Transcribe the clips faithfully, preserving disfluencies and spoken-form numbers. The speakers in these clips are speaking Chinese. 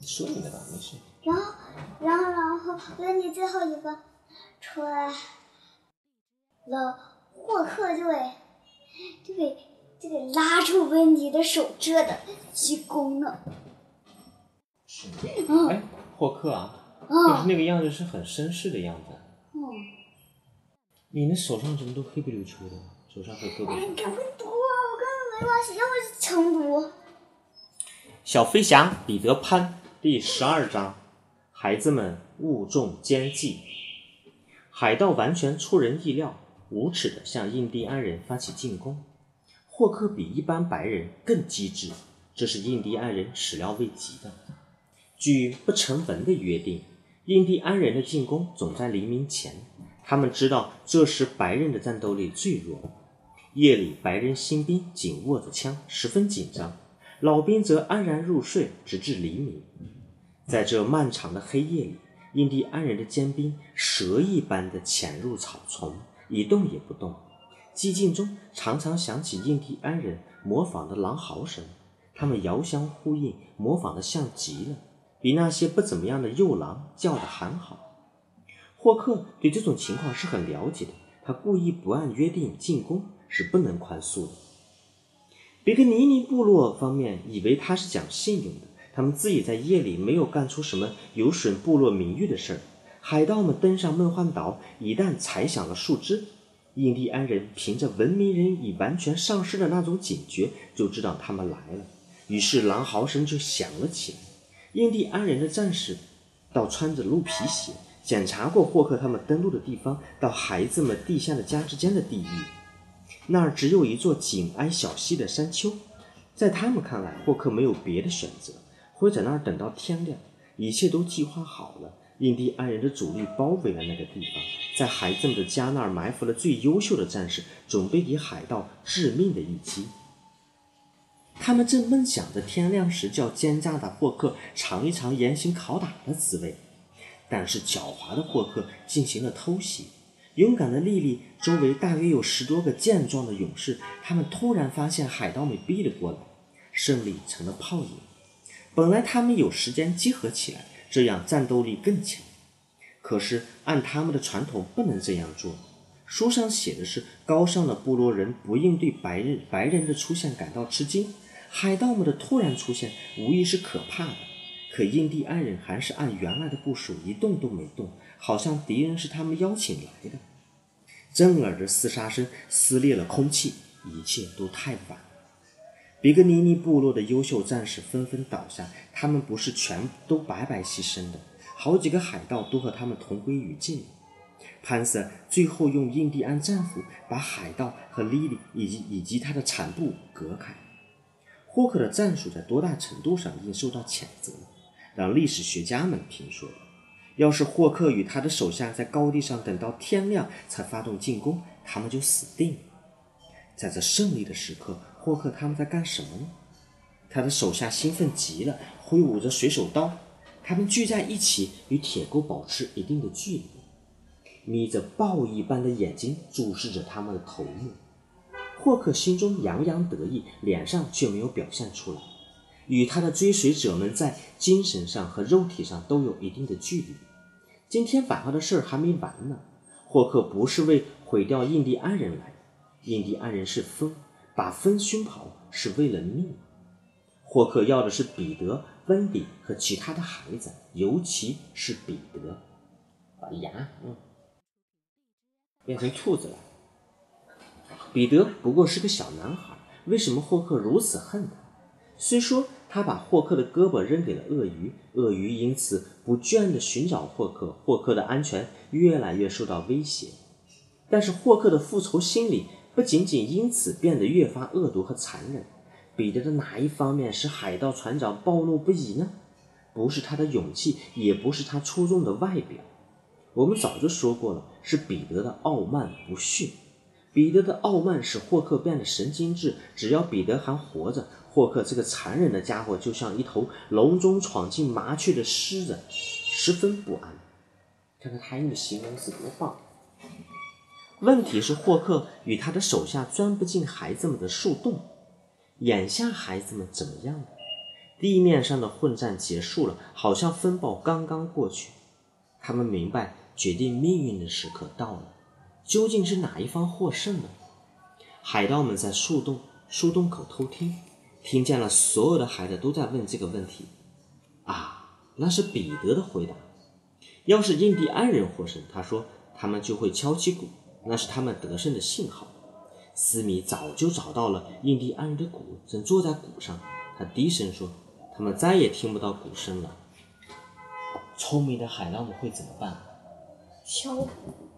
说你的吧，没事。 然后，然后，然后，温迪最后一个出来了，霍克就给就给就给拉住温迪的手遮的鞠躬了。 是吗？嗯、哎，霍克啊， 嗯、 就是那个样子是很绅士的样子。 嗯。 你那手上怎么都黑不溜秋的？手上和胳膊。 哎，赶快读啊！我刚刚没关系，要不强读。 小飞侠彼得潘第十二章，孩子们误中奸计。海盗完全出人意料，无耻地向印第安人发起进攻。霍克比一般白人更机智，这是印第安人始料未及的。据不成文的约定，印第安人的进攻总在黎明前，他们知道这时白人的战斗力最弱。夜里，白人新兵紧握着枪，十分紧张，老兵则安然入睡，直至黎明。在这漫长的黑夜里，印第安人的尖兵蛇一般地潜入草丛，一动也不动。寂静中常常响起印第安人模仿的狼嚎声，他们遥相呼应，模仿得像极了，比那些不怎么样的幼狼叫得还好。霍克对这种情况是很了解的，他故意不按约定进攻是不能宽恕的。比格尼尼部落方面以为他是讲信用的，他们自己在夜里没有干出什么有损部落名誉的事儿。海盗们登上梦幻岛，一旦踩响了树枝，印第安人凭着文明人已完全丧失的那种警觉，就知道他们来了，于是狼嚎声就响了起来。印第安人的战士倒穿着鹿皮鞋，检查过霍克他们登陆的地方到孩子们地下的家之间的地域，那儿只有一座紧挨小溪的山丘，在他们看来，霍克没有别的选择，会在那儿等到天亮。一切都计划好了，印第安人的主力包围了那个地方，在孩子们的家那儿埋伏了最优秀的战士，准备给海盗致命的一击。他们正梦想着天亮时叫奸诈的霍克尝一尝严刑拷打的滋味，但是狡猾的霍克进行了偷袭。勇敢的莉莉周围大约有十多个健壮的勇士，他们突然发现海盗们逼了过来，胜利成了泡影。本来他们有时间集合起来，这样战斗力更强，可是按他们的传统不能这样做。书上写的是高尚的部落人不应对白人白人的出现感到吃惊，海盗们的突然出现无疑是可怕的，可印第安人还是按原来的部署一动都没动，好像敌人是他们邀请来的。震耳的厮杀声撕裂了空气，一切都太晚了。比格尼尼部落的优秀战士纷纷倒下，他们不是全都白白牺牲的，好几个海盗都和他们同归于尽。潘瑟最后用印第安战斧把海盗和莉莉以及以及他的产部隔开。霍克的战术在多大程度上应受到谴责，让历史学家们评说了。要是霍克与他的手下在高地上等到天亮才发动进攻，他们就死定了。在这胜利的时刻，霍克他们在干什么呢？他的手下兴奋极了，挥舞着水手刀，他们聚在一起，与铁钩保持一定的距离，眯着豹一般的眼睛注视着他们的头目。霍克心中洋洋得意，脸上却没有表现出来，与他的追随者们在精神上和肉体上都有一定的距离。今天晚上的事还没完呢，霍克不是为毁掉印第安人来的，印第安人是风，把风熏跑是为了命。霍克要的是彼得、温迪和其他的孩子，尤其是彼得。把牙嗯变成兔子了。彼得不过是个小男孩，为什么霍克如此恨他？虽说他把霍克的胳膊扔给了鳄鱼，鳄鱼因此不倦地寻找霍克，霍克的安全越来越受到威胁。但是霍克的复仇心理不仅仅因此变得越发恶毒和残忍。彼得的哪一方面使海盗船长暴怒不已呢？不是他的勇气，也不是他出众的外表。我们早就说过了，是彼得的傲慢不驯。彼得的傲慢使霍克变得神经质，只要彼得还活着，霍克这个残忍的家伙就像一头笼中闯进麻雀的狮子，十分不安。看看他用的形容词多棒。问题是霍克与他的手下钻不进孩子们的树洞。眼下孩子们怎么样了？ 地面上的混战结束了，好像风暴刚刚过去。他们明白决定命运的时刻到了，究竟是哪一方获胜呢？海盗们在树洞树洞口偷听，听见了所有的海盗都在问这个问题。啊，那是彼得的回答。要是印第安人获胜，他说他们就会敲起鼓，那是他们得胜的信号。斯米早就找到了印第安人的鼓，正坐在鼓上。他低声说，他们再也听不到鼓声了。聪明的海盗们会怎么办？ 敲鼓。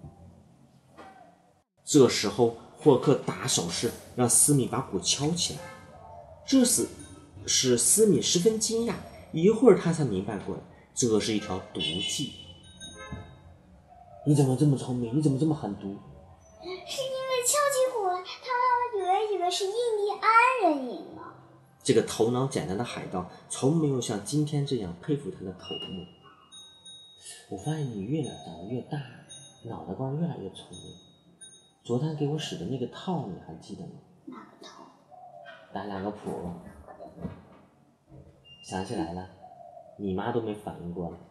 这时候霍克打手势让斯米把鼓敲起来，这时使斯米十分惊讶，一会儿他才明白过来，这是一条毒计。你怎么这么聪明？你怎么这么狠毒？ 是因为敲起鼓来，他们以为以为是印第安人赢了。 这个头脑简单的海盗从没有像今天这样佩服他的头目。我发现你越来长得越大，脑袋瓜越来越聪明。昨天给我使的那个套你还记得吗？ 哪个套？ 打两个谱。想起来了，你妈都没反应过来。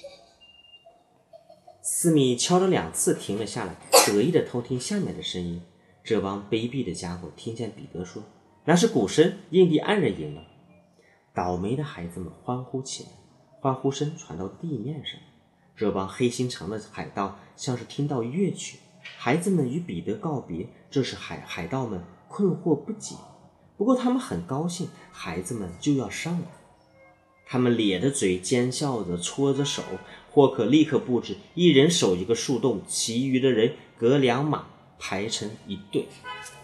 斯米敲了两次，停了下来，得意地偷听下面的声音。这帮卑鄙的家伙听见彼得说，那是鼓声，印第安人赢了。倒霉的孩子们欢呼起来，欢呼声传到地面上。这帮黑心肠的海盗像是听到乐曲，孩子们与彼得告别，这使海海盗们困惑不解。不过他们很高兴，孩子们就要上来。他们咧着嘴尖笑着搓着手，霍克立刻布置，一人守一个树洞，其余的人隔两码排成一队。